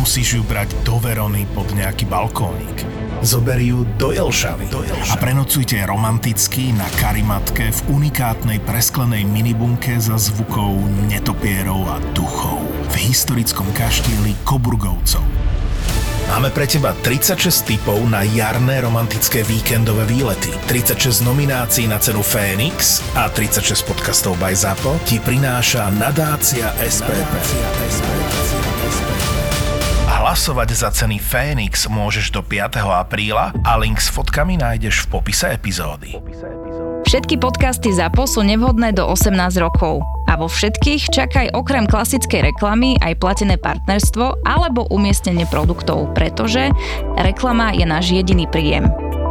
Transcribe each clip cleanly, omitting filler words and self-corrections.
Nemusíš ju brať do Verony pod nejaký balkónik. Zober ju do Jelšavy. A prenocujte romanticky na karimatke v unikátnej presklenej minibunke za zvukov netopierov a duchov v historickom kaštieli Koburgovcov. Máme pre teba 36 tipov na jarné romantické víkendové výlety, 36 nominácií na cenu Fénix a 36 podcastov by ZAPO ti prináša nadácia SPP. Hlasovať za ceny Fénix môžeš do 5. apríla a link s fotkami nájdeš v popise epizódy. Všetky podcasty ZAPO sú nevhodné do 18 rokov. A vo všetkých čakaj okrem klasickej reklamy aj platené partnerstvo alebo umiestnenie produktov, pretože reklama je náš jediný príjem.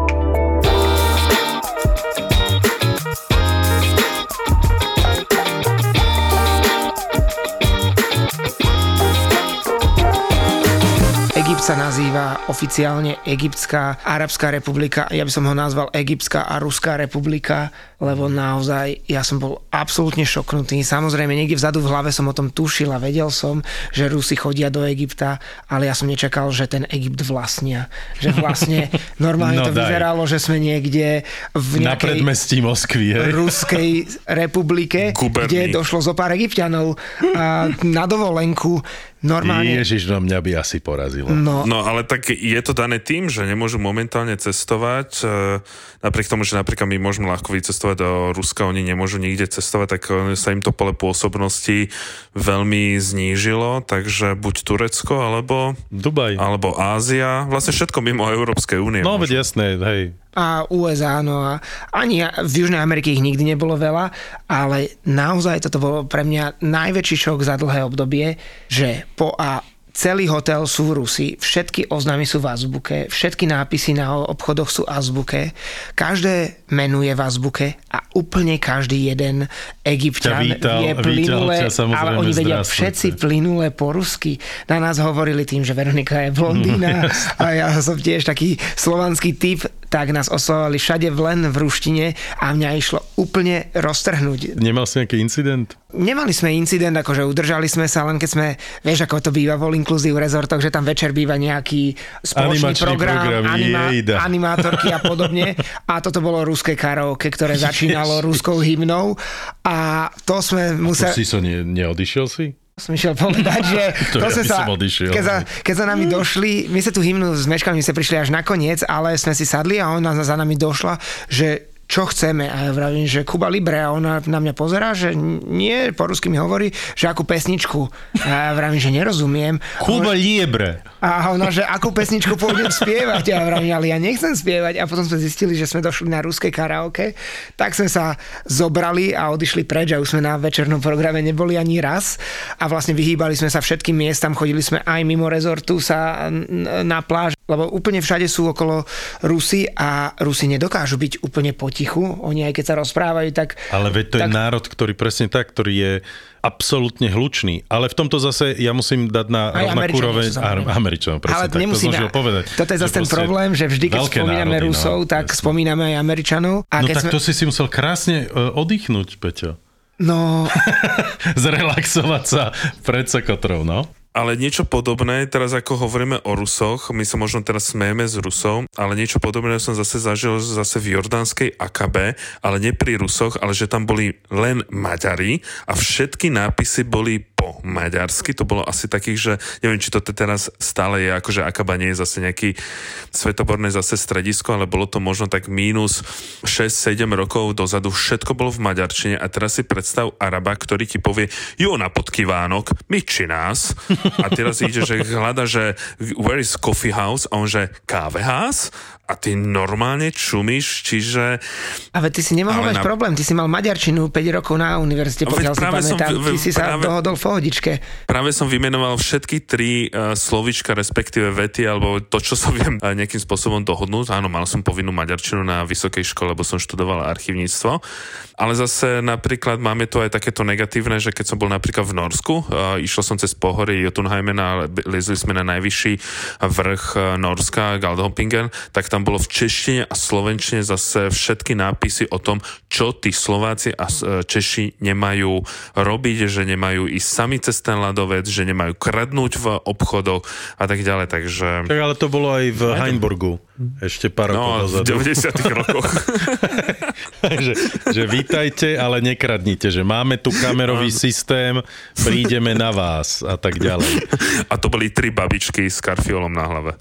Egypt sa nazýva oficiálne Egyptská arabská republika. Ja by som ho nazval Egyptská a Ruská republika, lebo naozaj ja som bol absolútne šoknutý. Samozrejme, niekde vzadu v hlave som o tom tušil a vedel som, že Rusi chodia do Egypta, ale ja som nečakal, že ten Egypt vlastnia. Že vlastne normálne to vyzeralo, že sme niekde v nejakej na predmestí Moskvy, Ruskej republike, kde došlo zo pár Egypťanov na dovolenku. Normálne. Ježiš, no mňa by asi porazilo. No ale tak je to dané tým, že nemôžu momentálne cestovať, napriek tomu, že napríklad my môžeme ľahko vycestovať do Ruska, oni nemôžu nikde cestovať, tak sa im to pole pôsobnosti veľmi znížilo, takže buď Turecko, alebo Dubaj, alebo Ázia, vlastne všetko mimo Európskej únie. No veď jasné, hej. A USA, no a ani v Južnej Amerike ich nikdy nebolo veľa, ale naozaj toto bolo pre mňa najväčší šok za dlhé obdobie, že celý hotel sú v Rusi, všetky oznámy sú v azbuke, všetky nápisy na obchodoch sú v azbuke, každé menu je v azbuke a úplne každý jeden Egypťan je plynule, ale oni vedia všetci plynule po rusky. Na nás hovorili tým, že Veronika je blondína a ja som tiež taký slovanský typ, tak nás oslovali všade len v ruštine a mňa išlo úplne roztrhnúť. Nemal si nejaký incident? Nemali sme incident, akože udržali sme sa, len keď sme, vieš, ako to býva v Inclusive rezortoch, že tam večer býva nejaký spoločný program animátorky a podobne. A toto bolo ruské karaoke, ktoré začínalo ruskou hymnou. A to sme museli... A to si neodišiel si? Som išiel povedať, že keď za nami došli, my sa tú hymnu zmeškali, my sa prišli až nakoniec, ale sme si sadli a ona za nami došla, že čo chceme. A ja vravím, že Cuba Libre a ona na mňa pozerá, že nie, po rusky mi hovorí, že akú pesničku. A ja vravím, že nerozumiem. Cuba Libre. A ona, že akú pesničku pôjdem spievať. A ja vravím, ale ja nechcem spievať. A potom sme zistili, že sme došli na ruské karaoke. Tak sme sa zobrali a odišli preč a už sme na večernom programe neboli ani raz. A vlastne vyhýbali sme sa všetkým miestam, chodili sme aj mimo rezortu sa na pláž, lebo úplne všade sú okolo Rusi a Rusi nedokážu byť úplne potichu. Oni aj keď sa rozprávajú, tak... Ale veď to je národ, ktorý presne tak, ktorý je absolútne hlučný. Ale v tomto zase ja musím dať na rovnakú úroveň Američanov. Ale tak nemusíme. Toto je zase ten problém, že vždy, keď spomíname Rusov, tak spomíname aj Američanov. A tak to si musel krásne oddychnúť, Peťo. No... Zrelaxovať sa pred Sokotrou, no. Ale niečo podobné, teraz ako hovoríme o Rusoch, my sa možno teraz smejeme z Rusov, ale niečo podobné som zase zažil zase v jordánskej Akabe, ale nie pri Rusoch, ale že tam boli len Maďari a všetky nápisy boli po maďarsky. To bolo asi takých, že neviem, či to teraz stále je, akože Akaba nie je zase nejaký svetoborné zase stredisko, ale bolo to možno tak minus 6-7 rokov dozadu. Všetko bolo v maďarčine a teraz si predstav Araba, ktorý ti povie, jo, na podkývánok, myči nás. A teraz ide, že hľada, že where is coffee house? A on, že kávehouse? A ty normálne čumíš, čiže... Ale ty si nemohol mať problém, ty si mal maďarčinu 5 rokov na univerzite, pokiaľ si pamätám, ty si sa dohodol v pohodičke. Práve som vymenoval všetky 3 slovíčka, respektíve vety, alebo to, čo sa viem nejakým spôsobom dohodnúť. Áno, mal som povinnú maďarčinu na vysokej škole, lebo som študoval archívnictvo. Ale zase napríklad máme tu aj takéto negatívne, že keď som bol napríklad v Norsku, išiel som cez pohory Jotunheimen a lezli sme na najvyšší vrch Norska, Galdhopingen, tak tam bolo v češtine a slovenčine zase všetky nápisy o tom, čo tí Slováci a Češi nemajú robiť, že nemajú ísť sami cez ten ľadovec, že nemajú kradnúť v obchodoch a tak ďalej, takže... Tak ale to bolo aj v Heinburgu ešte pár rokov dozadu. No, v 90 rokoch. že vítajte, ale nekradnite, že máme tu kamerový systém, prídeme na vás a tak ďalej. A to boli 3 babičky s karfiolom na hlave.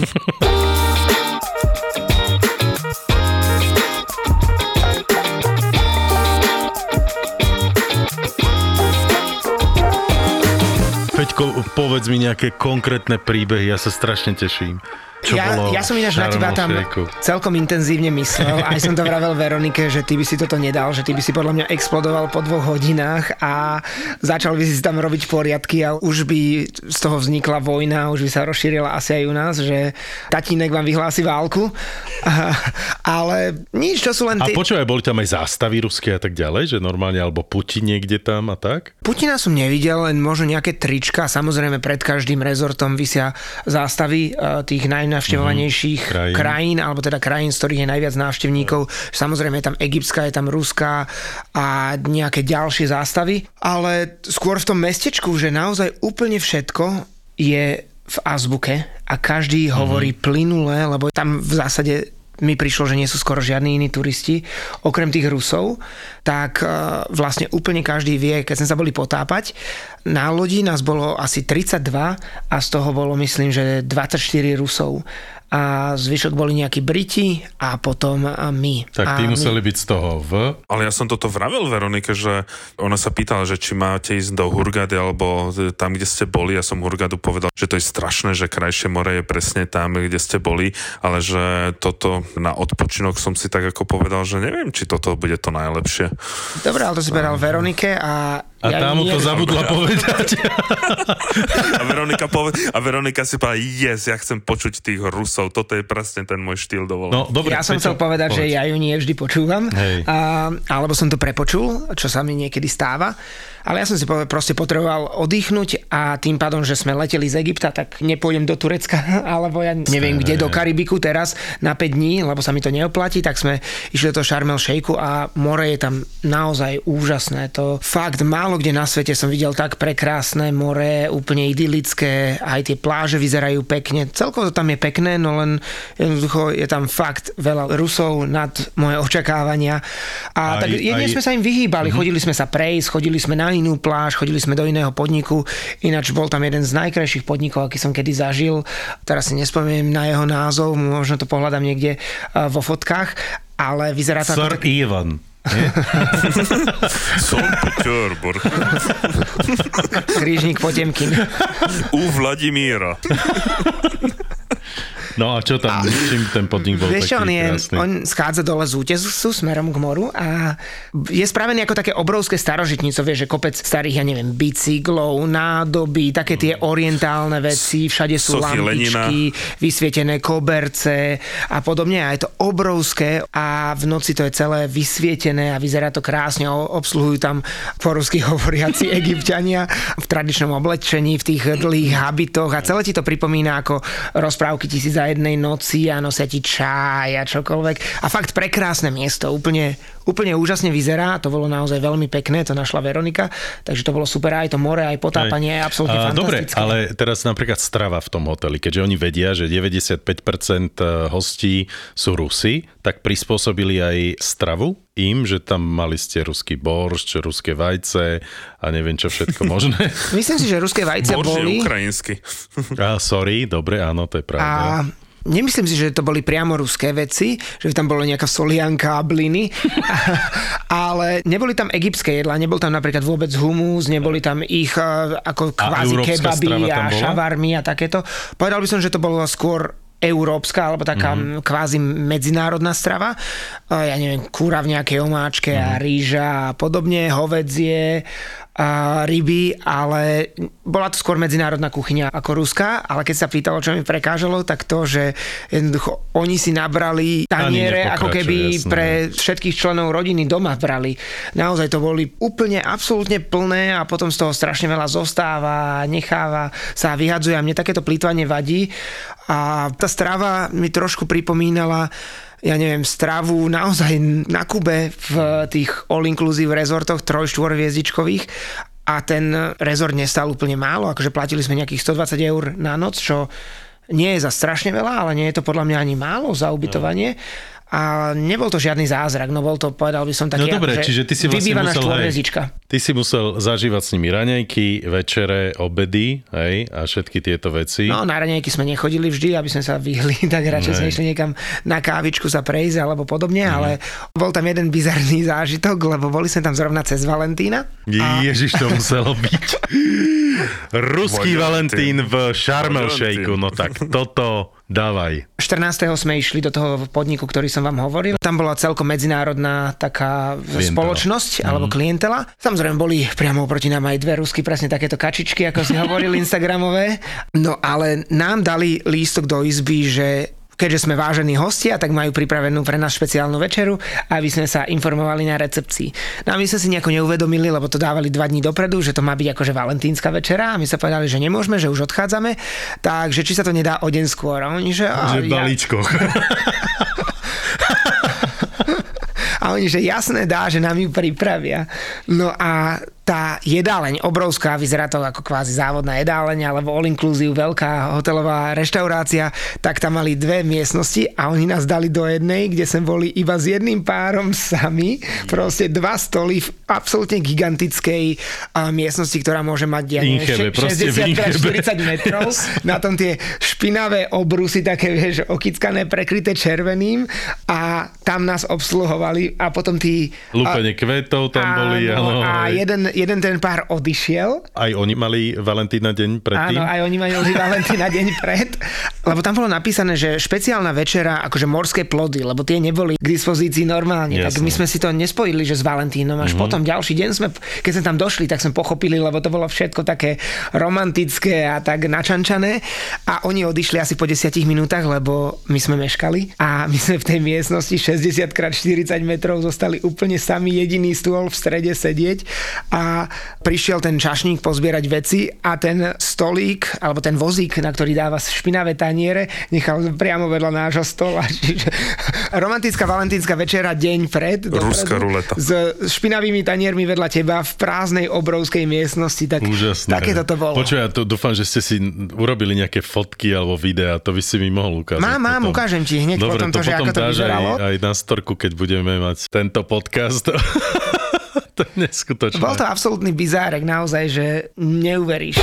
Peťko, povedz mi nejaké konkrétne príbehy, ja sa strašne teším. Ja som ináč na teba tam celkom intenzívne myslel, aj som to vravel Veronike, že ty by si toto nedal, že ty by si podľa mňa explodoval po 2 hodinách a začal by si tam robiť poriadky a už by z toho vznikla vojna, už by sa rozšírila asi aj u nás, že tatínek vám vyhlási válku, ale nič, to sú len... A počúvaj, boli tam aj zástavy ruské a tak ďalej, že normálne, alebo Putin niekde tam a tak? Putina som nevidel, len možno nejaké trička, samozrejme pred každým rezortom visia zástavy tých najnavštevovanejších krajín, alebo teda krajín, z ktorých je najviac návštevníkov. Samozrejme je tam egyptská, je tam ruská a nejaké ďalšie zástavy, ale skôr v tom mestečku, že naozaj úplne všetko je v azbuke a každý hovorí plynule, lebo tam v zásade mi prišlo, že nie sú skoro žiadni iní turisti, okrem tých Rusov, tak vlastne úplne každý vie, keď sme sa boli potápať, na lodi nás bolo asi 32 a z toho bolo, myslím, že 24 Rusov. A zvyšok boli nejakí Briti a potom my. Tak tí museli byť z toho Ale ja som toto vravel Veronike, že ona sa pýtala, že či máte ísť do Hurgady alebo tam, kde ste boli. Ja som Hurgadu povedal, že to je strašné, že krajšie more je presne tam, kde ste boli, ale že toto na odpočinok som si tak ako povedal, že neviem, či toto bude to najlepšie. Dobre, ale to si povedal Veronike a tá mu to zabudla povedať. A Veronika si povedala, ja chcem počuť tých Rusov, toto je presne ten môj štýl dovolený. No, dobre, ja som chcel povedať, že ja ju nie vždy počúvam, alebo som to prepočul, čo sa mi niekedy stáva, ale ja som si proste potreboval oddychnúť a tým pádom, že sme leteli z Egypta, tak nepôjdem do Turecka, alebo ja neviem kde, do Karibiku teraz na 5 dní, lebo sa mi to neoplatí, tak sme išli do Sharm el Sheikhu a more je tam naozaj úžasné. To fakt málo kde na svete som videl tak prekrásne more, úplne idylické, aj tie pláže vyzerajú pekne. Celkovo to tam je pekné, no len jednoducho je tam fakt veľa Rusov nad moje očakávania. A tak jedne sme sa im vyhýbali, chodili sme sa prejsť, chodili sme na inú pláž, chodili sme do iného podniku, ináč bol tam jeden z najkrajších podnikov, aký som kedy zažil. Teraz si nespomínam na jeho názov, možno to pohľadám niekde vo fotkách, ale vyzerá to Sir Ivan. Som Petersburg. Krížnik Potemkin. U Vladimíra. No a čo tam, čím ten podnik bol taký krásny? On schádza dole z útesu smerom k moru a je spravený ako také obrovské starožitnico, vieš, že kopec starých, ja neviem, bicyklov, nádoby, také tie orientálne veci, všade sú Sochy lampičky, vysvietené koberce a podobne a je to obrovské a v noci to je celé vysvietené a vyzerá to krásne, obsluhujú tam po rusky hovoriaci Egypťania v tradičnom oblečení, v tých dlhých habitoch a celé ti to pripomína ako rozprávky 1001 noci a nosia ti čaj a čokoľvek. A fakt prekrásne miesto, úplne úžasne vyzerá, to bolo naozaj veľmi pekné, to našla Veronika, takže to bolo super, aj to more, aj potápanie, je absolútne fantastické. Dobre, ale teraz napríklad strava v tom hoteli, keďže oni vedia, že 95% hostí sú Rusi, tak prispôsobili aj stravu im, že tam mali ste ruský boršč, ruské vajce a neviem čo všetko možné. Myslím si, že ruské vajce boli... Boršč je ukrajinsky. Sorry, dobre, áno, to je pravda. A nemyslím si, že to boli priamo ruské veci, že tam bolo nejaká solianka a bliny, ale neboli tam egyptské jedlá, nebol tam napríklad vôbec humus, neboli tam ich ako kvázi kebaby a šavarmy a takéto. Povedal by som, že to bolo skôr európska, alebo taká kvázi medzinárodná strava. Ja neviem, kúra v nejakej omáčke a rýža a podobne, hovädzie ryby, ale bola to skôr medzinárodná kuchyňa ako ruská, ale keď sa pýtalo, čo mi prekážalo, tak to, že jednoducho oni si nabrali taniere, ako keby jasné. Pre všetkých členov rodiny doma brali. Naozaj to boli úplne absolútne plné a potom z toho strašne veľa zostáva, necháva sa, vyhadzuje a mne takéto plýtvanie vadí. A tá strava mi trošku pripomínala stravu naozaj na Kube v tých all-inclusive rezortoch 3-4 hviezdičkových a ten rezort nestal úplne málo, akože platili sme nejakých 120 eur na noc, čo nie je za strašne veľa, ale nie je to podľa mňa ani málo za ubytovanie. A nebol to žiadny zázrak, no bol to, povedal by som taký, dobre, čiže ty si vybývaná vlastne ty si musel zažívať s nimi raňajky, večere, obedy, hej, a všetky tieto veci. No, na raňajky sme nechodili vždy, aby sme sa vyhli, tak radšej sme išli niekam na kávičku sa prejsť alebo podobne, ale bol tam jeden bizarný zážitok, lebo boli sme tam zrovna cez Valentína. Ježiš, to muselo byť. Ruský Valentín v Sharm el Sheikhu, no tak toto dávaj. 14. sme išli do toho podniku, ktorý som vám hovoril. Tam bola celkom medzinárodná taká spoločnosť alebo klientela. Samozrejme boli priamo proti nám aj dve rusky, presne takéto kačičky, ako si hovorili, instagramové. No ale nám dali lístok do izby, že keďže sme vážení hostia, tak majú pripravenú pre nás špeciálnu večeru, aby sme sa informovali na recepcii. No a my sme si nejako neuvedomili, lebo to dávali 2 dní dopredu, že to má byť akože valentínska večera a my sa povedali, že nemôžeme, že už odchádzame, takže či sa to nedá o deň skôr. A oni, že balíčko. A oni, že jasné dá, že nám ju pripravia. No a tá jedáleň obrovská, vyzerá to ako kvázi závodná jedáleň alebo all inclusive veľká hotelová reštaurácia, tak tam mali 2 miestnosti a oni nás dali do jednej, kde sme boli iba s jedným párom sami, proste 2 stoly v absolútne gigantickej miestnosti, ktorá môže mať 60x40 metrov. Na tom tie špinavé obrusy, také vieš, okickané, prekryté červeným a tam nás obsluhovali a potom tí... Lúpenie kvetov tam boli. A jeden ten pár odišiel. Aj oni mali Valentína deň predtým? Áno, aj oni mali Valentína deň pred. Lebo tam bolo napísané, že špeciálna večera, akože morské plody, lebo tie neboli k dispozícii normálne. Jasne. Tak my sme si to nespojili, že s Valentínom. Až potom ďalší deň keď sme tam došli, tak sme pochopili, lebo to bolo všetko také romantické a tak načančané. A oni odišli asi po 10 minútach, lebo my sme meškali. A my sme v tej miestnosti 60x40 metrov zostali úplne sami, jediný stôl v strede sedieť. A prišiel ten čašník pozbierať veci a ten stolík, alebo ten vozík, na ktorý dáva špinavé taniere, nechal priamo vedľa nášho stola. Čiže romantická valentínska večera deň pred. Ruská ruleta. S špinavými taniermi vedľa teba v prázdnej obrovskej miestnosti. Tak, takéto to bolo. Počuj, ja dúfam, že ste si urobili nejaké fotky alebo videá, to by si mi mohol ukázať. Mám, ukážem ti hneď potom to, že ako to vyzeralo. Aj na storku, keď budeme mať tento podcast. To je neskutočné. Bol to absolútny bizárek, naozaj, že neuveríš.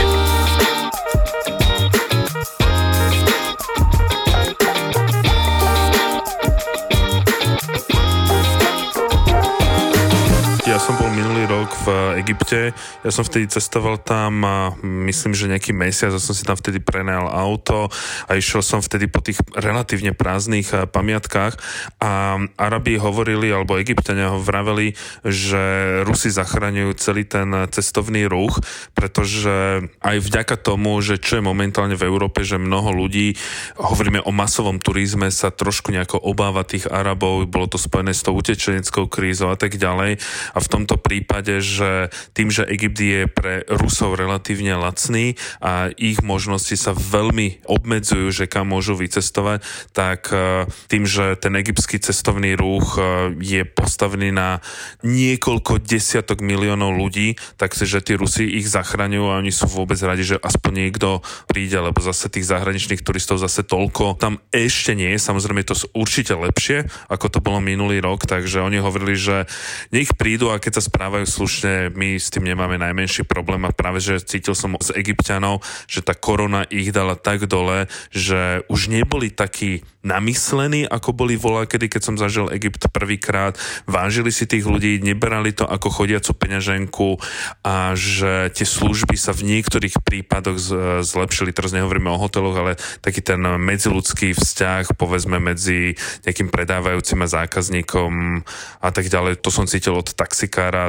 Ja som bol minulý rok v Egypte, ja som vtedy cestoval tam a myslím, že nejaký mesiac, ja som si tam vtedy prenajal auto a išiel som vtedy po tých relatívne prázdnych pamiatkách a Arabi hovorili, alebo Egypťania vraveli, že Rusi zachraňujú celý ten cestovný ruch, pretože aj vďaka tomu, že čo je momentálne v Európe, že mnoho ľudí, hovoríme o masovom turizme, sa trošku nejako obáva tých Arabov, bolo to spojené s tou utečeneckou krízou a tak ďalej. A v tomto prípade, že tým, že Egypt je pre Rusov relatívne lacný a ich možnosti sa veľmi obmedzujú, že kam môžu vycestovať, tak tým, že ten egyptský cestovný ruch je postavený na niekoľko desiatok miliónov ľudí, tak že tí Rusi ich zachraňujú a oni sú vôbec radi, že aspoň niekto príde, lebo zase tých zahraničných turistov zase toľko tam ešte nie je. Samozrejme je to určite lepšie, ako to bolo minulý rok, takže oni hovorili, že nech prídu a keď sa správajú slušne, my s tým nemáme najmenší problém a práve, že cítil som z Egypťanov, že tá korona ich dala tak dole, že už neboli takí namyslení, ako boli voľakedy, keď som zažil Egypt prvýkrát. Vážili si tých ľudí, neberali to ako chodiacu peňaženku a že tie služby sa v niektorých prípadoch zlepšili. Teraz nehovoríme o hoteloch, ale taký ten medziľudský vzťah, povedzme medzi nejakým predávajúcim a zákazníkom a tak ďalej. To som cítil od taxikára cez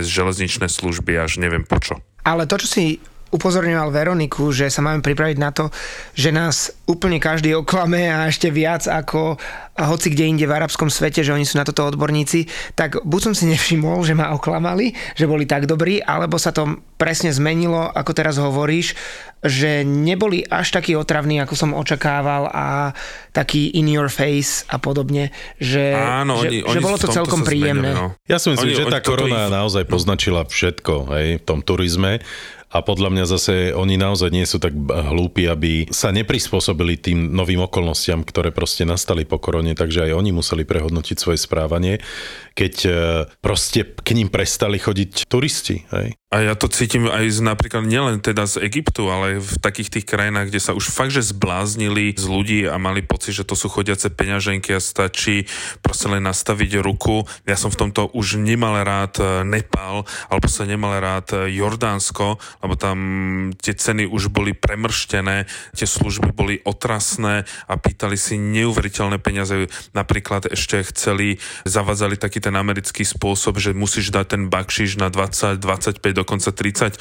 cez železničné služby až neviem po čo. Ale to, čo si upozorňoval Veroniku, že sa máme pripraviť na to, že nás úplne každý oklame a ešte viac ako hoci kde inde v arabskom svete, že oni sú na toto odborníci, tak buď som si nevšimol, že ma oklamali, že boli tak dobrí, alebo sa to presne zmenilo, ako teraz hovoríš, že neboli až takí otravní, ako som očakával a taký in your face a podobne, že, áno, že bolo to celkom príjemné. Zmenili, no. Ja si myslím, že tá korona naozaj poznačila všetko, hej, v tom turizme. A podľa mňa zase oni naozaj nie sú tak hlúpi, aby sa neprispôsobili tým novým okolnostiam, ktoré proste nastali po korone, takže aj oni museli prehodnotiť svoje správanie, keď proste k ním prestali chodiť turisti. Hej. A ja to cítim aj napríklad nielen teda z Egyptu, ale v takých tých krajinách, kde sa už fakt, že zbláznili z ľudí a mali pocit, že to sú chodiace peňaženky a stačí proste len nastaviť ruku. Ja som v tomto už nemal rád Nepál, alebo som nemal rád Jordánsko, lebo tam tie ceny už boli premrštené, tie služby boli otrasné a pýtali si neuveriteľné peniaze. Napríklad ešte zavádzali taký ten americký spôsob, že musíš dať ten bakšiš na 20, 25, dokonca 30%.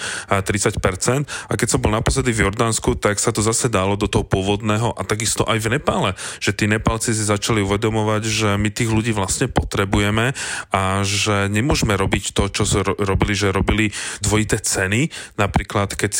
A keď som bol naposledy v Jordánsku, tak sa to zase dalo do toho pôvodného a takisto aj v Nepále, že tí Nepálci si začali uvedomovať, že my tých ľudí vlastne potrebujeme a že nemôžeme robiť to, čo robili, že robili dvojité ceny. Napríklad, keď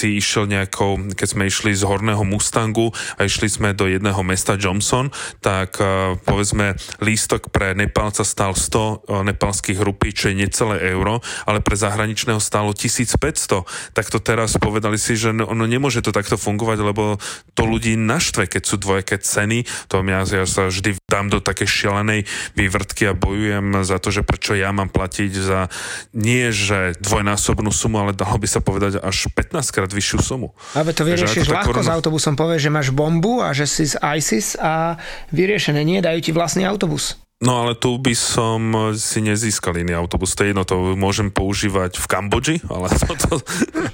keď sme išli z Horného Mustangu a išli sme do jedného mesta Johnson, tak povedzme lístok pre Nepálca stál 100 nepálskych rupí, čo je necelé euro, ale pre zahraničného stálo 1500. Tak to teraz povedali si, že ono nemôže to takto fungovať, lebo to ľudí naštve, keď sú dvojaké ceny. To ja sa vždy dám do takej šialenej vývrtky a bojujem za to, že prečo ja mám platiť za nie že dvojnásobnú sumu, ale dalo by sa povedať až 15-krát vyššiu sumu. Ale to vyriešiš ľahko s autobusom, povieš, že máš bombu a že si z ISIS a vyriešené, nie, dajú ti vlastný autobus. No ale tu by som si nezískal iný autobus, to je jedno, to môžem používať v Kambodži, ale toto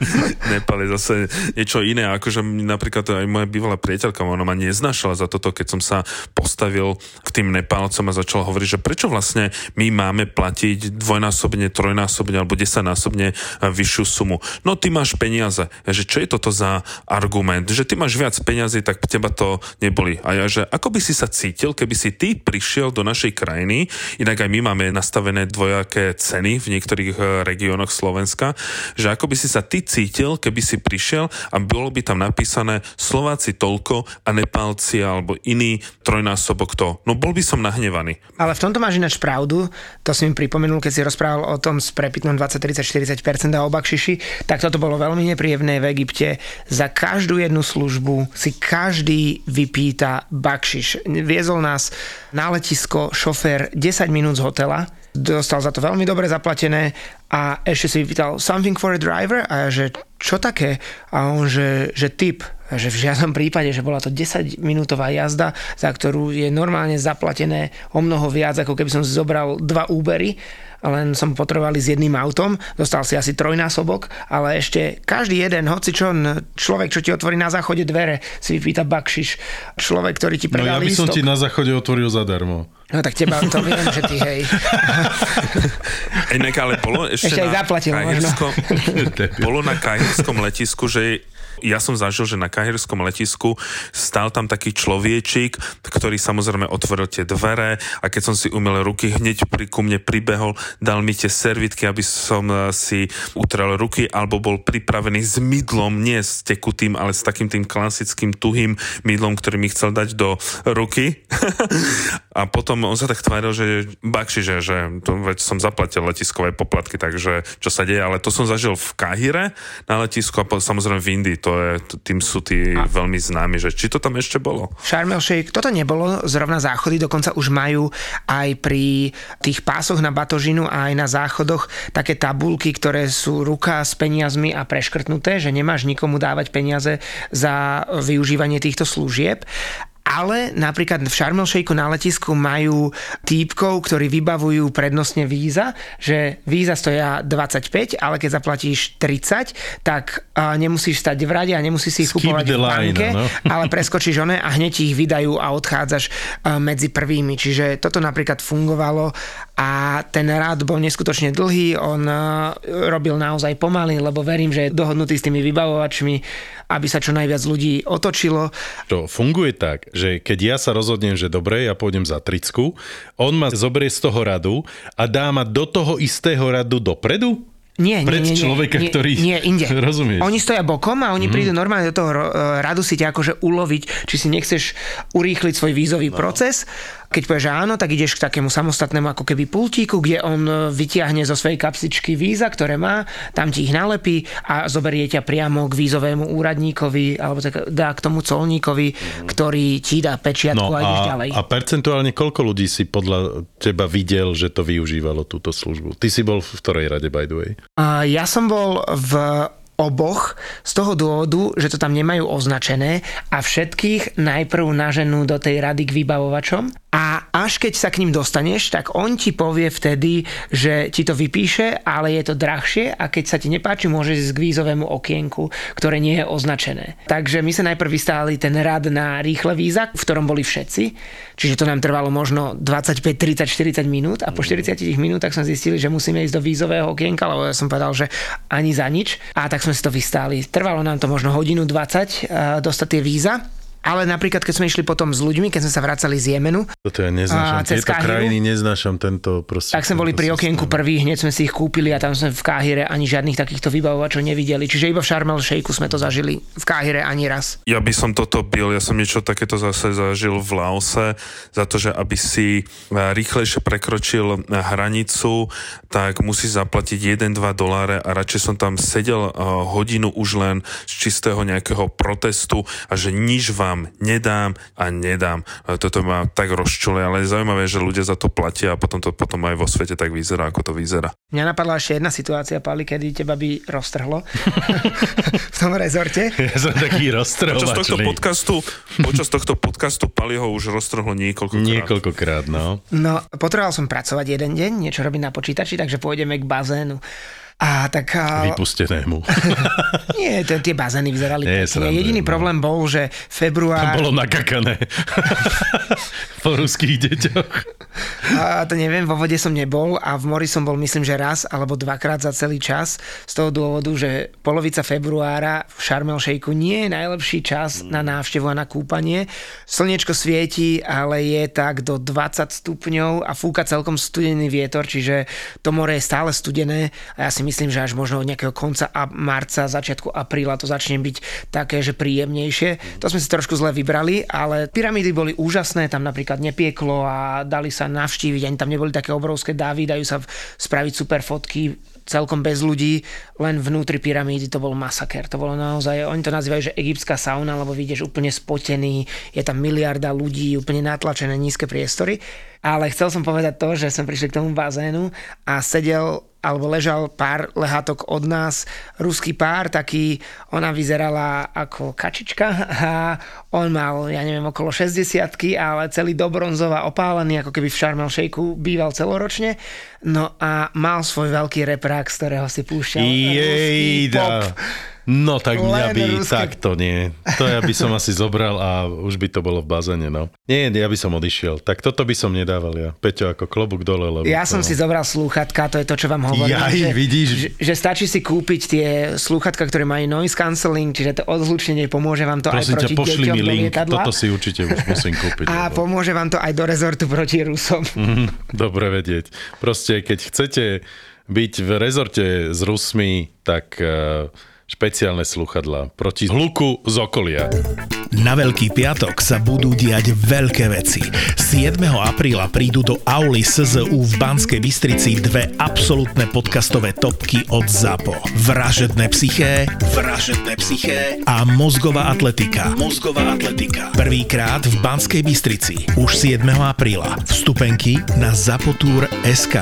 Nepal je zase niečo iné, akože napríklad aj moja bývalá priateľka, ona ma neznášala za toto, keď som sa postavil k tým Nepálcom a začal hovoriť, že prečo vlastne my máme platiť dvojnásobne, trojnásobne alebo 10-násobne vyššiu sumu. No ty máš peniaze, že čo je toto za argument, že ty máš viac peniazy, tak teba to neboli. A ja, že ako by si sa cítil, keby si ty prišiel do našej krajiny, inak aj my máme nastavené dvojaké ceny v niektorých regiónoch Slovenska, že ako by si sa ty cítil, keby si prišiel a bolo by tam napísané Slováci toľko a Nepálci alebo iný trojnásobok to. No bol by som nahnevaný. Ale v tomto máš ináč pravdu, to si mi pripomenul, keď si rozprával o tom s prepytnom 20, 30, 40% a o bakšiši, tak toto bolo veľmi nepríjemné v Egypte. Za každú jednu službu si každý vypýta bakšiš. Viezol nás na letisko šofér 10 minút z hotela, dostal za to veľmi dobre zaplatené a ešte si vypýtal something for a driver a ja, že čo také? A on, že tip, že v žiadnom prípade, že bola to 10-minútová jazda, za ktorú je normálne zaplatené o mnoho viac, ako keby som si zobral 2 Ubery, len som potrebovali s jedným autom, dostal si asi trojnásobok, ale ešte každý jeden, hocičo, človek, čo ti otvorí na záchode dvere, si vypýta bakšiš. Človek, ktorý ti predá lístok. No ja by som ti na záchode otvoril zadarmo. No tak teba to viem, že ty hej. Inak ale bolo ešte aj zaplatil možno. Bolo na kahirskom letisku, že ja som zažil, že na kahirskom letisku stál tam taký človečík, ktorý samozrejme otvoril tie dvere a keď som si umyl ruky, hneď ku mne pribehol, dal mi tie servitky, aby som si utrel ruky, alebo bol pripravený s mydlom, nie s tekutým, ale s takým tým klasickým tuhým mydlom, ktorý mi chcel dať do ruky. A potom on sa tak tváril, že bakšiže, že to veď som zaplatil letiskové poplatky, takže čo sa deje, ale to som zažil v Kahire na letisku a samozrejme v Indii, tým sú tí veľmi známi, že či to tam ešte bolo? Sharm el Sheikh, toto nebolo zrovna záchody, dokonca už majú aj pri tých pásoch na batožinu a aj na záchodoch také tabulky, ktoré sú ruka s peniazmi a preškrtnuté, že nemáš nikomu dávať peniaze za využívanie týchto služieb. Ale napríklad v Sharm el Sheikhu na letisku majú týpkov, ktorí vybavujú prednostne víza, že víza stoja 25, ale keď zaplatíš 30, tak nemusíš stať v rade a nemusíš si ich kupovať v banke, ale preskočíš a hneď ich vydajú a odchádzaš medzi prvými. Čiže toto napríklad fungovalo a ten rád bol neskutočne dlhý, on robil naozaj pomaly, lebo verím, že je dohodnutý s tými vybavovačmi, aby sa čo najviac ľudí otočilo. To funguje tak, že keď ja sa rozhodnem, že dobre, ja pôjdem za tricku, on ma zoberie z toho radu a dá ma do toho istého radu dopredu? Nie, človeka, ktorý... Nie, inde. Rozumieš? Oni stoja bokom a oni prídu normálne do toho radu si ťa akože uloviť, či si nechceš urýchliť svoj vízový proces. Keď povieš, že áno, tak ideš k takému samostatnému ako keby pultíku, kde on vytiahne zo svojej kapsičky víza, ktoré má, tam ti ich nalepí a zoberie ťa priamo k vízovému úradníkovi alebo dá k tomu colníkovi, ktorý ti dá pečiatku a ideš ďalej. A percentuálne koľko ľudí si podľa teba videl, že to využívalo túto službu? Ty si bol v ktorej rade, by the way? Ja som bol v oboch z toho dôvodu, že to tam nemajú označené a všetkých najprv naženú do tej rady k vybavovačom a až keď sa k ním dostaneš, tak on ti povie vtedy, že ti to vypíše, ale je to drahšie a keď sa ti nepáči, môžeš ísť k vízovému okienku, ktoré nie je označené. Takže my sa najprv vystáli ten rad na rýchle víza, v ktorom boli všetci, čiže to nám trvalo možno 25, 30, 40 minút a po 40 minútach sme zistili, že musíme ísť do vízového okienka, lebo ja som povedal, že ani za nič a tak sme si to vystáli. Trvalo nám to možno hodinu 20 dostať tie víza. Ale napríklad, keď sme išli potom s ľuďmi, keď sme sa vracali z Jemenu. Toto ja neznášam. Tieto krajiny neznášam tento proste. Tak sme boli pri okienku prvý, hneď sme si ich kúpili a tam sme v Káhire ani žiadnych takýchto vybavovačov nevideli. Čiže iba v Sharm el Sheikhu sme to zažili. V Káhire ani raz. Ja by som toto bil, ja som niečo takéto zase zažil v Laose, za to, že aby si rýchlejšie prekročil hranicu, tak musí zaplatiť $1-2 a radšej som tam sedel hodinu už len z čistého nejakého protestu a že nič vám nedám a nedám. Toto ma tak rozčuluje, ale je zaujímavé, že ľudia za to platia a potom to potom aj vo svete tak vyzerá, ako to vyzerá. Mňa napadla ešte jedna situácia, Pali, kedy teba by roztrhlo v tom rezorte. Ja som taký roztrhovačný. Počas tohto podcastu Paliho už roztrhlo niekoľkokrát. No, potreboval som pracovať jeden deň, niečo robiť na počítači, takže pôjdeme k bazénu. Vypustenému. Nie, tie bazény vyzerali pekne. Jediný problém bol, že február... Tam bolo nakakané. Po ruských deťoch. To neviem, vo vode som nebol a v mori som bol myslím, že raz alebo dvakrát za celý čas z toho dôvodu, že polovica februára v Sharm el Sheikhu nie je najlepší čas na návštevu a na kúpanie. Slniečko svieti, ale je tak do 20 stupňov a fúka celkom studený vietor, čiže to more je stále studené a ja si myslím, že až možno od nejakého konca marca, začiatku apríla to začne byť také, že príjemnejšie. To sme si trošku zle vybrali, ale pyramídy boli úžasné, tam napríklad nepieklo a dali sa navštíviť, ani tam neboli také obrovské davy, dajú sa spraviť super fotky celkom bez ľudí, len vnútri pyramídy to bol masaker. To bolo naozaj, oni to nazývajú, že egyptská sauna, lebo vidíš úplne spotený, je tam miliarda ľudí, úplne natlačené nízke priestory. Ale chcel som povedať to, že som prišli k tomu bazénu a sedel alebo ležal pár lehátok od nás, ruský pár, taký, ona vyzerala ako kačička a on mal, ja neviem, okolo 60-ky, ale celý do bronzova opálený, ako keby v Sharm el Sheikhu býval celoročne. No a mal svoj veľký reprák, z ktorého si púšťal ruský pop. No tak mňa by takto nie. To ja by som asi zobral a už by to bolo v bazéne, no. Nie, ja by som odišiel. Tak toto by som nedával ja. Peťo, ako klobúk dole. Lebo ja som si zobral slúchatka, to je to, čo vám hovorím. Vidíš. Že stačí si kúpiť tie slúchatka, ktoré majú noise cancelling, čiže to odhlučnenie, pomôže vám to prosím aj proti deťom do lietadla. Toto si určite už musím kúpiť. A pomôže vám to aj do rezortu proti Rusom. Dobre vedieť. Proste, keď chcete byť v rezorte s Rusmi, tak špeciálne slúchadlá proti hluku z okolia. Na Veľký piatok sa budú diať veľké veci. 7. apríla prídu do auly SZU v Banskej Bystrici dve absolútne podcastové topky od ZAPO. Vražedné psyché a mozgová atletika. Prvýkrát v Banskej Bystrici. Už 7. apríla. Vstupenky na zapotur.sk.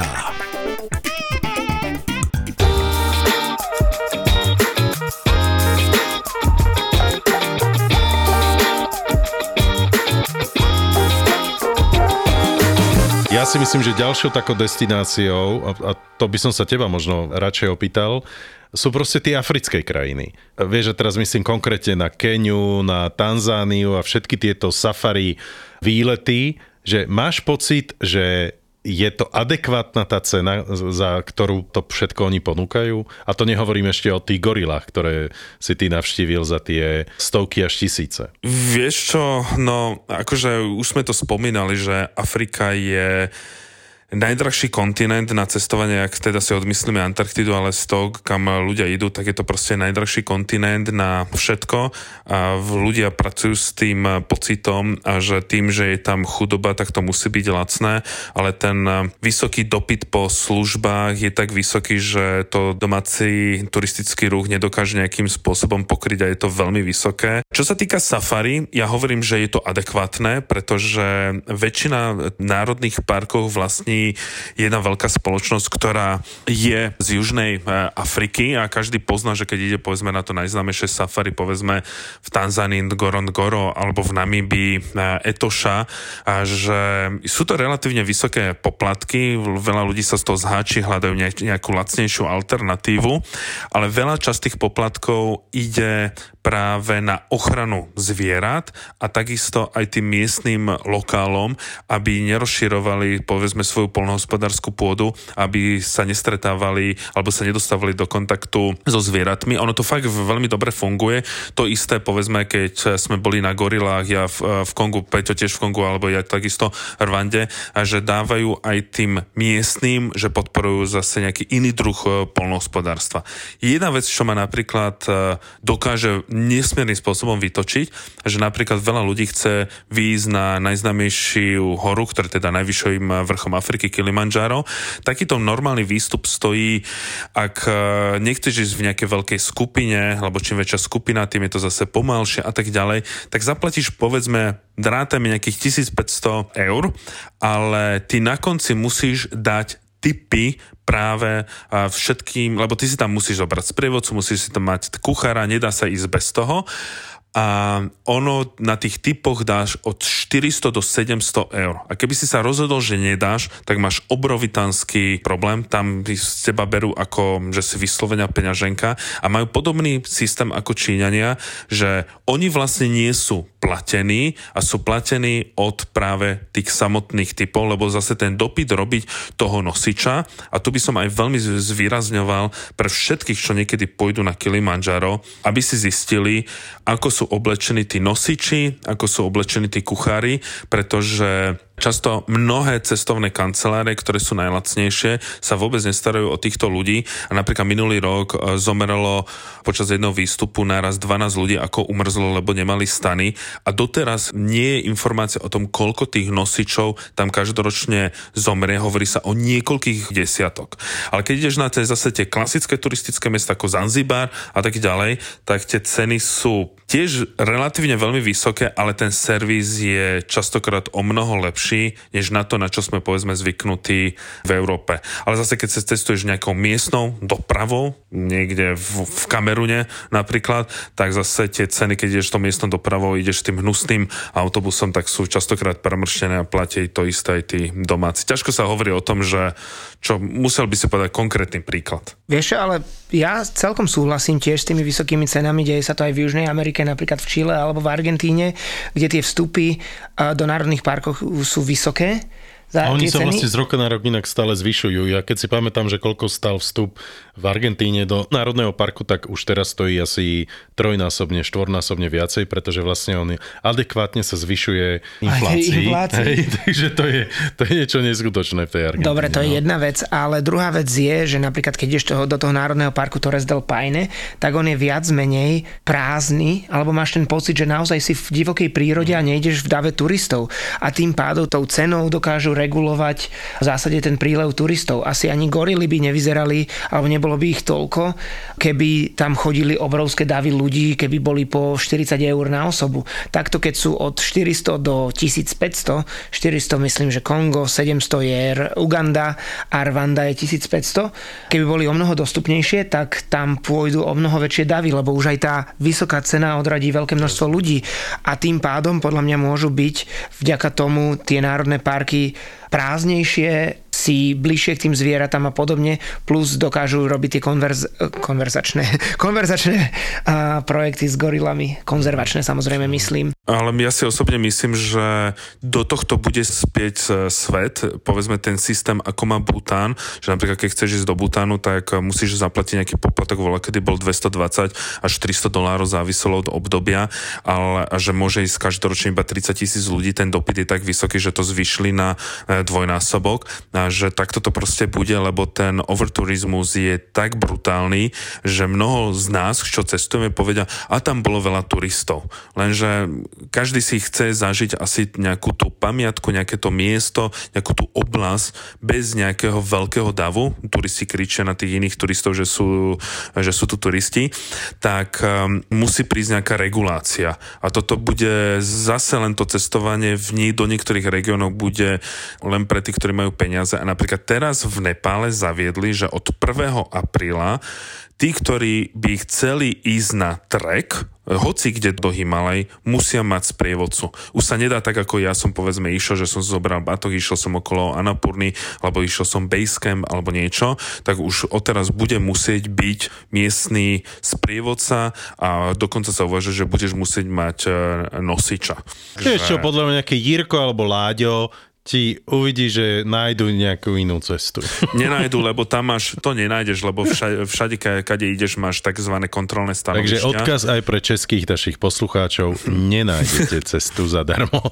Ja si myslím, že ďalšou takou destináciou, a to by som sa teba možno radšej opýtal, sú proste tie africké krajiny. Vieš, že teraz myslím konkrétne na Keniu, na Tanzániu a všetky tieto safari výlety, že máš pocit, že je to adekvátna tá cena, za ktorú to všetko oni ponúkajú? A to nehovorím ešte o tých gorilách, ktoré si ty navštívil za tie stovky až tisíce. Vieš čo, no akože už sme to spomínali, že Afrika je najdrahší kontinent na cestovanie, ak teda si odmyslíme Antarktidu, ale z toho, kam ľudia idú, tak je to proste najdrahší kontinent na všetko a ľudia pracujú s tým pocitom, a že tým, že je tam chudoba, tak to musí byť lacné, ale ten vysoký dopyt po službách je tak vysoký, že to domáci turistický ruch nedokáže nejakým spôsobom pokryť a je to veľmi vysoké. Čo sa týka safari, ja hovorím, že je to adekvátne, pretože väčšina národných parkov vlastní jedna veľká spoločnosť, ktorá je z Južnej Afriky a každý pozná, že keď ide povedzme na to najznámejšie safari, povedzme v Tanzánii Ngorongoro alebo v Namibii Etosha, a že sú to relatívne vysoké poplatky, veľa ľudí sa z toho zháči, hľadajú nejakú lacnejšiu alternatívu, ale veľa časť tých poplatkov ide práve na ochranu zvierat a takisto aj tým miestnym lokálom, aby nerozširovali povedzme svoju poľnohospodársku pôdu, aby sa nestretávali alebo sa nedostávali do kontaktu so zvieratmi. Ono to fakt veľmi dobre funguje. To isté povedzme, keď sme boli na gorilách, ja v Kongu, Peťo tiež v Kongu, alebo ja takisto v Rwande, a že dávajú aj tým miestnym, že podporujú zase nejaký iný druh poľnohospodárstva. Jedna vec, čo ma napríklad dokáže nesmiernym spôsobom vytočiť, že napríklad veľa ľudí chce výjsť na najznámejšiu horu, ktorá teda najvyšším vrchom Afriky, Kilimanjaro. Takýto normálny výstup stojí, ak nechceš ísť v nejakej veľkej skupine, lebo čím väčšia skupina, tým je to zase pomalšie a tak ďalej, tak zaplatíš povedzme drátami nejakých 1500 €, ale ty na konci musíš dať tipy práve všetkým, lebo ty si tam musíš zobrať sprievodcu, musíš si tam mať kuchára, nedá sa ísť bez toho. A ono na tých typoch dáš od 400 do 700 €. A keby si sa rozhodol, že nedáš, tak máš obrovitánsky problém. Tam z teba berú ako, že si vyslovenia peňaženka a majú podobný systém ako Číňania, že oni vlastne nie sú platení a sú platení od práve tých samotných typov, lebo zase ten dopyt robiť toho nosiča, a tu by som aj veľmi zvýrazňoval pre všetkých, čo niekedy pôjdu na Kilimanjaro, aby si zistili, ako sú oblečení tí nosiči, ako sú oblečení tí kuchári, pretože často mnohé cestovné kancelárie, ktoré sú najlacnejšie, sa vôbec nestarajú o týchto ľudí a napríklad minulý rok zomrelo počas jedného výstupu naraz 12 ľudí, ako umrzlo, lebo nemali stany, a doteraz nie je informácia o tom, koľko tých nosičov tam každoročne zomrie, hovorí sa o niekoľkých desiatok. Ale keď ideš na zase tie klasické turistické mesta ako Zanzibar a tak ďalej, tak tie ceny sú tiež relatívne veľmi vysoké, ale ten servis je častokrát o mnoho lepší, než na to, na čo sme povedzme zvyknutí v Európe. Ale zase keď sa cestuješ nejakou miestnou dopravou, niekde v Kamerune napríklad, tak zase tie ceny, keď ideš tou miestnou dopravou, ideš tým hnusným autobusom, tak sú častokrát premrštené a platí to isté aj tí domáci. Ťažko sa hovorí o tom, že čo musel by si povedať konkrétny príklad. Vieš, ale ja celkom súhlasím tiež s tými vysokými cenami, deje sa to aj v Južnej Amerike, napríklad v Čile alebo v Argentíne, kde tie vstupy do národných parkov sú vysoké. A oni sa vlastne z roka na rok inak stále zvyšujú. Ja keď si pamätám, že koľko stal vstup v Argentíne do Národného parku, tak už teraz stojí asi trojnásobne, štvornásobne viacej, pretože vlastne on adekvátne sa zvyšuje inflácii. Hej, takže to je niečo neskutočné v tej Argentíne. Dobre, to je jedna vec, ale druhá vec je, že napríklad keď ideš do toho Národného parku Torres del Paine, tak on je viac menej prázdny, alebo máš ten pocit, že naozaj si v divokej prírode a nejdeš v dave turistov. A tým pádom tou cenou dokážu regulovať v zásade ten prílev turistov. Asi ani gorily by nevyzerali, alebo nebolo by ich toľko, keby tam chodili obrovské davy ľudí, keby boli po 40 € na osobu. Takto keď sú od 400 do 1500, 400 myslím, že Kongo, 700 je Uganda a Rwanda je 1500, keby boli o mnoho dostupnejšie, tak tam pôjdu o mnoho väčšie davy, lebo už aj tá vysoká cena odradí veľké množstvo ľudí a tým pádom podľa mňa môžu byť vďaka tomu tie národné parky prázdnejšie, si bližšie k tým zvieratám a podobne, plus dokážu robiť tie konverzačné projekty s gorilami, konzervačné samozrejme myslím. Ale ja si osobne myslím, že do tohto bude spieť svet, povedzme ten systém, ako má Bután, že napríklad keď chceš ísť do Butánu, tak musíš zaplatiť nejaký poplatok, kedy bol $220 až $300, záviselo od obdobia, ale a že môže ísť každoročne iba 30,000 ľudí, ten dopyt je tak vysoký, že to zvyšli na dvojnásobok, a že takto to proste bude, lebo ten overturizmus je tak brutálny, že mnoho z nás, čo cestujeme, povedia, a tam bolo veľa turistov. Lenže každý si chce zažiť asi nejakú tú pamiatku, nejaké to miesto, nejakú tú oblasť bez nejakého veľkého davu. Turisti kričia na tých iných turistov, že sú tu turisti. Tak musí prísť nejaká regulácia. A toto bude zase len to cestovanie do niektorých regiónov bude len pre tých, ktorí majú peniaze. A napríklad teraz v Nepále zaviedli, že od 1. apríla tí, ktorí by chceli ísť na trek, hoci kde do Himalaj, musia mať sprievodcu. Už sa nedá tak, ako ja som povedzme išiel, že som zobral batoh, išiel som okolo Annapurny, alebo išiel som Basecamp, alebo niečo, tak už odteraz bude musieť byť miestny sprievodca a dokonca sa uvažuje, že budeš musieť mať nosiča. Ešte podľa mňa nejaké Jirko alebo Láďo ti uvidí, že nájdu nejakú inú cestu. Nenájdu, lebo tam to nenájdeš, lebo všade, kade ideš, máš takzvané kontrolné stanovišťa. Takže odkaz aj pre českých našich poslucháčov, nenájdete cestu zadarmo.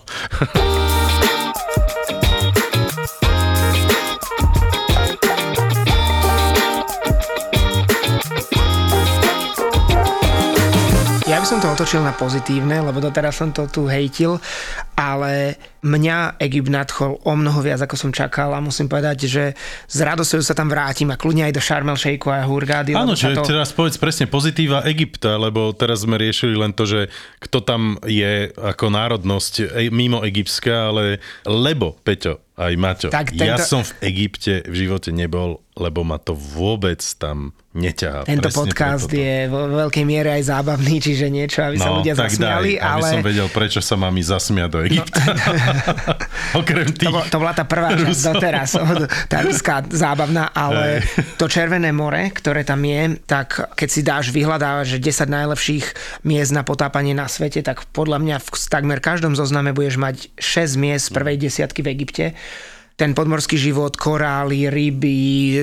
Ja by som to otočil na pozitívne, lebo doteraz som to tu hejtil, ale mňa Egypt nadchol o mnoho viac, ako som čakal a musím povedať, že s radosťou sa tam vrátim a kľudne aj do Sharm el Sheikhu a Hurghady. Áno, že teraz povedz presne pozitíva Egypta, lebo teraz sme riešili len to, že kto tam je ako národnosť mimo egyptská, ale lebo, Peťo, aj Maťo, ja som v Egypte v živote nebol, lebo ma to vôbec tam neťahá. Tento podcast je vo veľkej miere aj zábavný, čiže niečo, aby sa ľudia zasmiali. Aby som vedel, prečo sa mám ísť zasmiať do Egypta. Okrem tých... To bola tá prvá časť doteraz, tá ruská zábavná, ale to Červené more, ktoré tam je, tak keď si dáš vyhľadávať, že 10 najlepších miest na potápanie na svete, tak podľa mňa v takmer každom zozname budeš mať 6 miest z prvej desiatky v Egypte. Ten podmorský život, korály, ryby,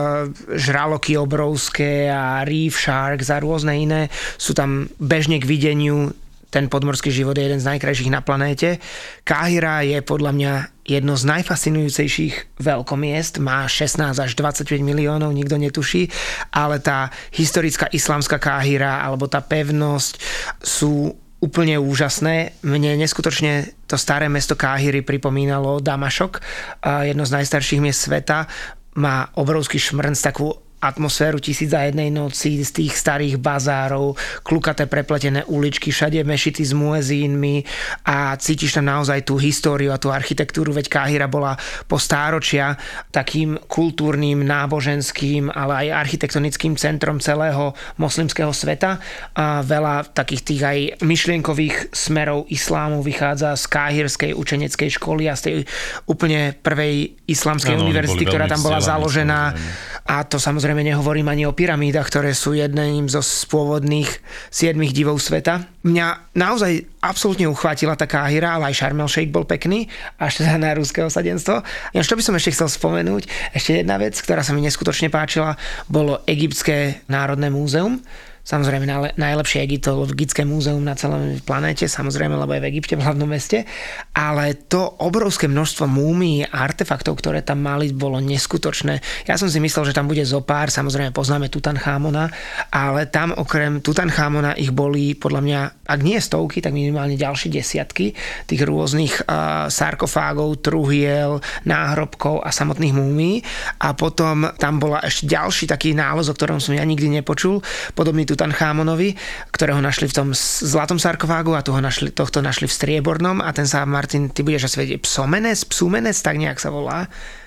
žraloky obrovské a reef sharks a rôzne iné sú tam bežne k videniu. Ten podmorský život je jeden z najkrajších na planéte. Káhira je podľa mňa jedno z najfascinujúcejších veľkomiest. Má 16 až 25 miliónov, nikto netuší, ale tá historická islamská Káhira alebo tá pevnosť sú úplne úžasné. Mne neskutočne to staré mesto Káhiry pripomínalo Damašok, jedno z najstarších miest sveta. Má obrovský šmrnc, takú atmosféru 1001 noci z tých starých bazárov, klukaté prepletené uličky, všade mešity s muezínmi a cítiš tam naozaj tú históriu a tú architektúru, veď Káhira bola po stáročia takým kultúrnym, náboženským, ale aj architektonickým centrom celého moslimského sveta a veľa takých tých aj myšlienkových smerov islámu vychádza z káhirskej učeneckej školy a z tej úplne prvej islamskej univerzity, ktorá tam bola založená. A to samozrejme nehovorím ani o pyramídach, ktoré sú jedným zo pôvodných 7 divov sveta. Mňa naozaj absolútne uchvátila tá Káhira, ale aj Sharm el Sheikh bol pekný, až teda na ruské osadenstvo. Ja čo by som ešte chcel spomenúť, ešte jedna vec, ktorá sa mi neskutočne páčila, bolo Egyptské národné múzeum. Samozrejme najlepšie egyptologické múzeum na celej planéte, samozrejme, lebo je v Egypte, v hlavnom meste, ale to obrovské množstvo múmií a artefaktov, ktoré tam mali, bolo neskutočné. Ja som si myslel, že tam bude zopár, samozrejme poznáme Tutanchamona, ale tam okrem Tutanchamona ich boli podľa mňa, ak nie stovky, tak minimálne ďalšie desiatky tých rôznych sarkofágov, truhiel, náhrobkov a samotných múmií. A potom tam bola ešte ďalší taký nález, o ktorom som ja nikdy nepočul, podobný Tutanchamonovi, ktorého našli v tom zlatom sarkofágu a tohto našli v striebornom a ten sa, Martin, ty budeš asi vedieť, Psumenes, tak nejak sa volá.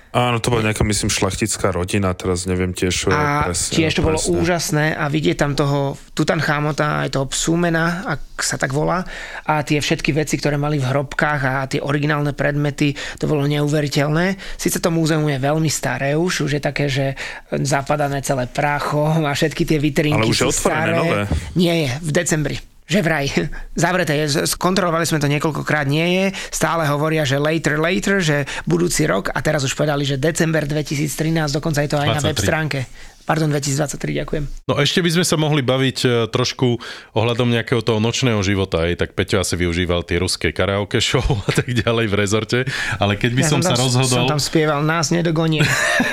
Áno, to bola nejaká, myslím, šlachtická rodina, teraz neviem tiež presne. A tiež to bolo úžasné a vidieť tam toho Tutanchamona, aj toho Psúmena, ak sa tak volá, a tie všetky veci, ktoré mali v hrobkách a tie originálne predmety, to bolo neuveriteľné. Sice to múzeum je veľmi staré už je také, že zapadané celé prachom a všetky tie vitrinky sú staré. Ale už je otvorené nové. Nie je, v decembri. Že vraj, zavreté je, skontrolovali sme to niekoľkokrát, nie je, stále hovoria, že later, že budúci rok a teraz už povedali, že december 2013, dokonca je to aj 23. Na web stránke. Pardon, 2023, ďakujem. No ešte by sme sa mohli baviť trošku ohľadom nejakého toho nočného života, aj tak Peťo asi využíval tie ruské karaoke show a tak ďalej v rezorte, ale keď by som sa rozhodol... Som tam spieval Nás nedogonie.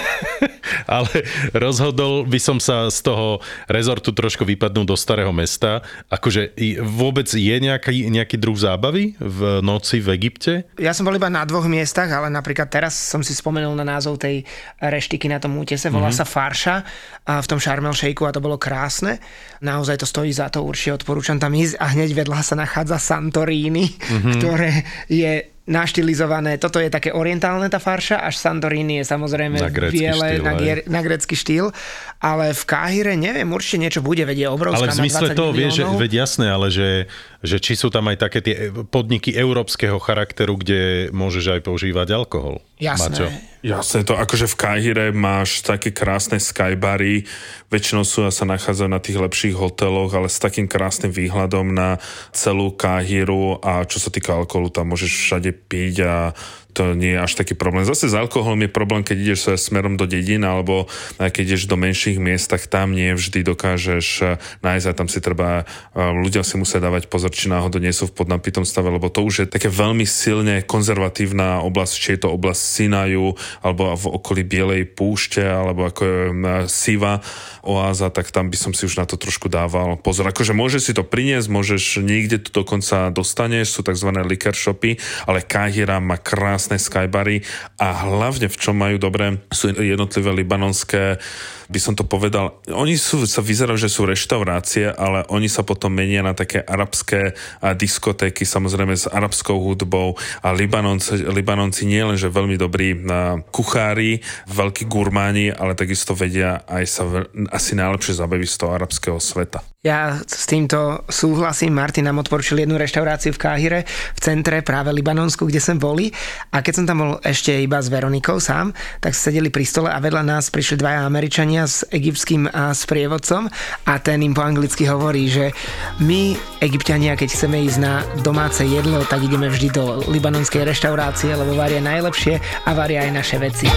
Ale rozhodol by som sa z toho rezortu trošku vypadnúť do Starého mesta. Akože vôbec je nejaký druh zábavy v noci v Egypte? Ja som bol iba na 2 miestach, ale napríklad teraz som si spomenul na názov tej reštiky na tom útese, volá sa Farša a v tom Sharm el-Sheikhu a to bolo krásne. Naozaj to stojí za to, určite odporúčam tam ísť a hneď vedľa sa nachádza Santorini, ktoré je naštilizované. Toto je také orientálne tá farša, až Santorini je samozrejme biele, na grécky štýl. Ale v Káhire, neviem, určite niečo bude, veď je obrovská, ale v zmysle toho, vieš, veď jasné, ale že či sú tam aj také tie podniky európskeho charakteru, kde môžeš aj používať alkohol. Jasné. Maťo? Jasné, to akože v Káhire máš také krásne skybary, väčšinou sa nachádzajú na tých lepších hoteloch, ale s takým krásnym výhľadom na celú Káhiru a čo sa týka alkoholu, tam môžeš všade piť a to nie je až taký problém. Zase s alkoholom je problém, keď ideš smerom do dedín alebo keď ideš do menších miest, tak tam nie vždy dokážeš nájsť a tam si treba, ľudia si musia dávať pozor, či náhodou nie sú v podnapitom stave, lebo to už je také veľmi silne konzervatívna oblasť, či je to oblasť Sinaju alebo v okolí Bielej púšte alebo ako je Siva oáza, tak tam by som si už na to trošku dával pozor. Akože môžeš si to priniesť, môžeš niekde to dokonca dostaneš, sú tzv. Liquor shopy, ale Káhira má krásne skybary a hlavne v čom majú dobre sú jednotlivé libanonské, by som to povedal, oni sa vyzerajú, že sú reštaurácie, ale oni sa potom menia na také arabské diskotéky, samozrejme s arabskou hudbou a Libanonci nie len, že veľmi dobrí kuchári, veľkí gurmáni, ale takisto vedia aj sa asi najlepšie zabaviť z toho arabského sveta. Ja s týmto súhlasím. Martin nám odporučil jednu reštauráciu v Káhire, v centre práve Libanonsku, kde sme boli. A keď som tam bol ešte iba s Veronikou sám, tak sedeli pri stole a vedľa nás prišli 2 Američania s egyptským sprievodcom a ten im po anglicky hovorí, že my, Egypťania, keď chceme ísť na domáce jedlo, tak ideme vždy do libanonskej reštaurácie, lebo varia najlepšie a varia aj naše veci.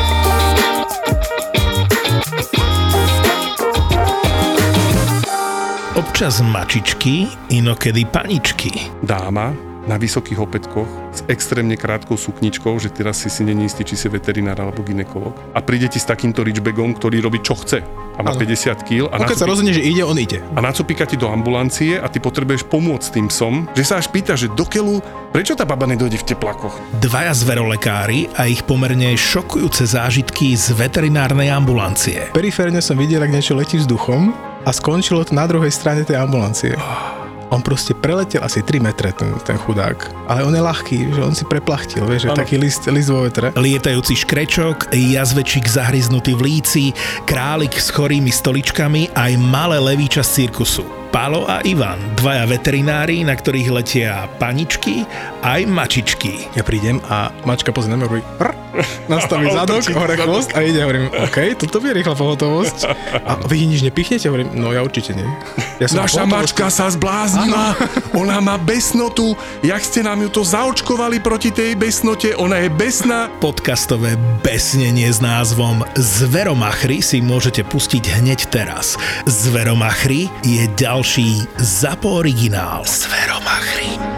Občas mačičky, inokedy paničky. Dáma na vysokých opätkoch s extrémne krátkou sukničkou, že teraz si není istý, či si veterinár alebo gynekolog. A príde ti s takýmto ridgebagom, ktorý robí čo chce. A má 50 kg. Keď sa rozhodne, že ide, on ide. A nacopíka ti do ambulancie a ty potrebuješ pomôcť tým psom, že sa až pýta, že do keľu, prečo tá baba nedojde v teplakoch? 2 zverolekári a ich pomerne šokujúce zážitky z veterinárnej ambulancie. Periférne som videl, ak niečo letí vzduchom a skončilo to na druhej strane tej ambulancie. On proste preletel asi 3 metre, ten chudák. Ale on je ľahký, že on si preplachtil, vieš, že taký list vo vetre. Lietajúci škrečok, jazvečík zahryznutý v líci, králik s chorými stoličkami aj malé levíča z cirkusu. Pálo a Ivan, 2 veterinári, na ktorých letia paničky aj mačičky. Ja prídem a mačka pozrie na mňa hovorí nastaví zadok, hore chvost a ide, hovorím, OK, toto bude rýchla pohotovosť. A vy nič nepichnete? Hovorím, no ja určite nie. Ja naša mačka sa zbláznila, ona má besnotu, jak ste nám ju to zaočkovali proti tej besnote, ona je besná. Podcastové besnenie s názvom Zveromachry si môžete pustiť hneď teraz. Zveromachry je ďalší ZAPO originál. Zveromachry.